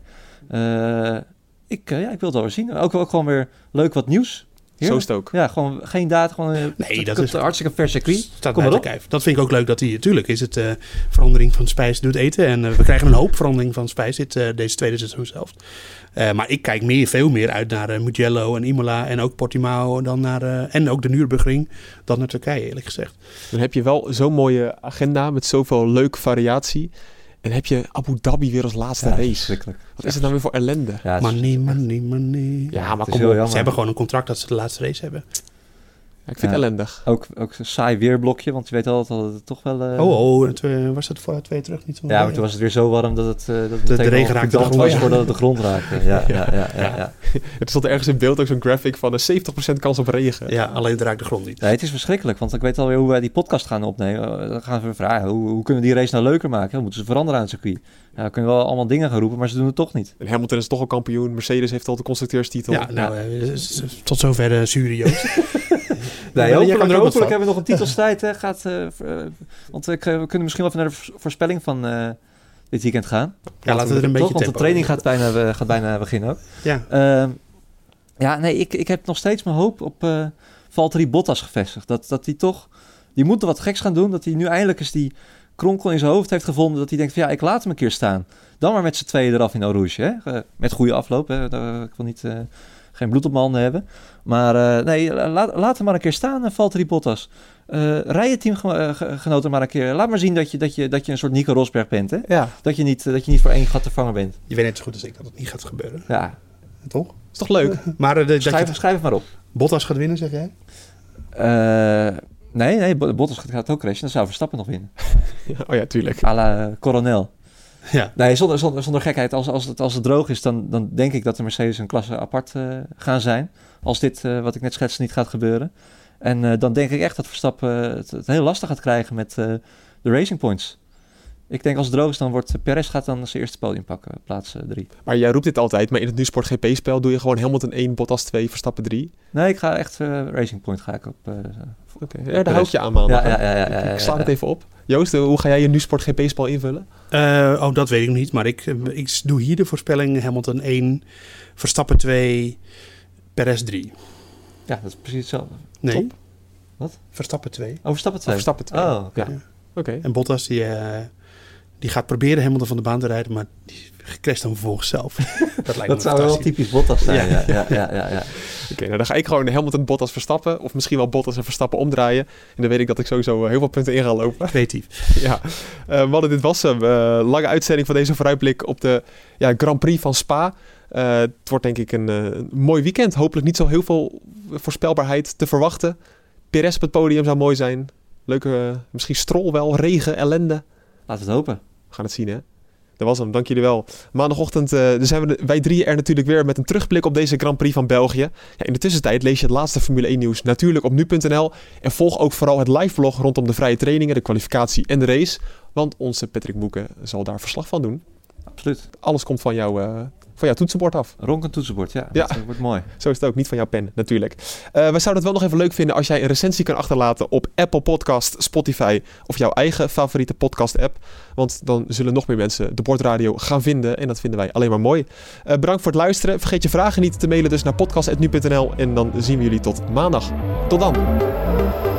Ik wil het wel weer zien. Ook gewoon weer leuk wat nieuws. Zo is het ook. Ja, gewoon geen data. Gewoon dat is hartstikke vers circuit. Kom maar op. Dat vind ik ook leuk dat hij... Natuurlijk is het verandering van spijs doet eten. En we krijgen een hoop verandering van spijs deze tweede seizoen zelf. Maar ik kijk veel meer uit naar Mugello en Imola en ook Portimao dan en ook de Nürburgring dan naar Turkije, eerlijk gezegd. Dan heb je wel zo'n mooie agenda met zoveel leuke variatie. En heb je Abu Dhabi weer als laatste race. Wat is het nou weer voor ellende? Ja, money. Ja, maar kom op. Ze hebben gewoon een contract dat ze de laatste race hebben. Ja, ik vind het ellendig. Ook een saai weerblokje, want je weet altijd dat het toch wel... was dat voor 2 terug niet zo? Ja, maar toen was het weer zo warm dat de regen raakte de grond was voordat het de grond raakte. Ja. Het stond ergens in beeld ook zo'n graphic van 70% kans op regen. Ja, alleen het raakt de grond niet. Nee, het is verschrikkelijk, want ik weet alweer hoe wij die podcast gaan opnemen. Dan gaan we vragen, hoe kunnen we die race nou leuker maken? Dan moeten ze veranderen aan het circuit. Ja, we kunnen wel allemaal dingen gaan roepen, maar ze doen het toch niet. En Hamilton is toch al kampioen. Mercedes heeft al de constructeurstitel. Ja, tot zover Joost. Nee, hopelijk hebben we nog een titelstrijd. Want we kunnen misschien wel even naar de voorspelling van dit weekend gaan. Ja, laten we er een beetje want de training gaat bijna beginnen ook. Ja. Ik heb nog steeds mijn hoop op Valtteri Bottas gevestigd. Dat hij toch... Die moet er wat geks gaan doen. Dat hij nu eindelijk eens die kronkel in zijn hoofd heeft gevonden. Dat hij denkt van ik laat hem een keer staan. Dan maar met z'n tweeën eraf in Eau Rouge. Hè? Met goede afloop. Hè? Ik wil niet... geen bloed op mijn handen hebben. Maar laat hem maar een keer staan, Valtteri Bottas. Rij je teamgenoten maar een keer. Laat maar zien dat je een soort Nico Rosberg bent. Hè? Ja. Dat je niet voor één gat te vangen bent. Je weet net zo goed als ik dat het niet gaat gebeuren. Ja. Toch? Is toch leuk? Maar schrijf het maar op. Bottas gaat winnen, zeg jij? Nee, Bottas gaat ook crashen. Dan zou Verstappen nog winnen. Oh ja, tuurlijk. À la Coronel. Ja. Nee, zonder gekheid. Als het droog is, dan denk ik dat de Mercedes een klasse apart gaan zijn. Als dit, wat ik net schetste, niet gaat gebeuren. En dan denk ik echt dat Verstappen het heel lastig gaat krijgen met de Racing Points. Ik denk als het droog is, dan wordt Perez gaat dan zijn eerste podium pakken, plaats 3. Maar jij roept dit altijd, maar in het NuSport GP-spel doe je gewoon Hamilton 1, Bottas 2, Verstappen 3. Nee, ik ga echt Racing Point ga ik op. Oké. Ja, daar hou ik je aan, maandag. Ja, ik sla het even op. Joost, hoe ga jij je NuSport GP-spel invullen? Dat weet ik nog niet, maar ik doe hier de voorspelling Hamilton 1, Verstappen 2, Perez 3. Ja, dat is precies hetzelfde. Nee. Top. Wat? Verstappen 2. Oh, Verstappen 2. Verstappen 2. Oh, oké. Ja. Okay. En Bottas die gaat proberen Hamilton van de baan te rijden, maar die crasht dan vervolgens zelf. Dat zou wel typisch Bottas zijn. Ja. Oké, nou dan ga ik gewoon Hamilton, Bottas, Verstappen. Of misschien wel Bottas en Verstappen omdraaien. En dan weet ik dat ik sowieso heel veel punten in ga lopen. Creatief. Ja, dit was hem. Lange uitzending van deze vooruitblik op de Grand Prix van Spa. Het wordt denk ik een mooi weekend. Hopelijk niet zo heel veel voorspelbaarheid te verwachten. Perez op het podium zou mooi zijn. Leuke, misschien Stroll wel, regen, ellende. Laten we het hopen. We gaan het zien, hè. Dat was hem, dank jullie wel. Maandagochtend zijn wij drieën er natuurlijk weer met een terugblik op deze Grand Prix van België. Ja, in de tussentijd lees je het laatste Formule 1 nieuws natuurlijk op nu.nl. En volg ook vooral het live vlog rondom de vrije trainingen, de kwalificatie en de race. Want onze Patrick Boeken zal daar verslag van doen. Absoluut. Alles komt van jouw toetsenbord af. Ronkend toetsenbord, ja. Dat wordt mooi. Zo is het ook, niet van jouw pen natuurlijk. We zouden het wel nog even leuk vinden als jij een recensie kan achterlaten op Apple Podcast, Spotify of jouw eigen favoriete podcast app. Want dan zullen nog meer mensen de Bordradio gaan vinden en dat vinden wij alleen maar mooi. Bedankt voor het luisteren. Vergeet je vragen niet te mailen dus naar podcast@nu.nl en dan zien we jullie tot maandag. Tot dan!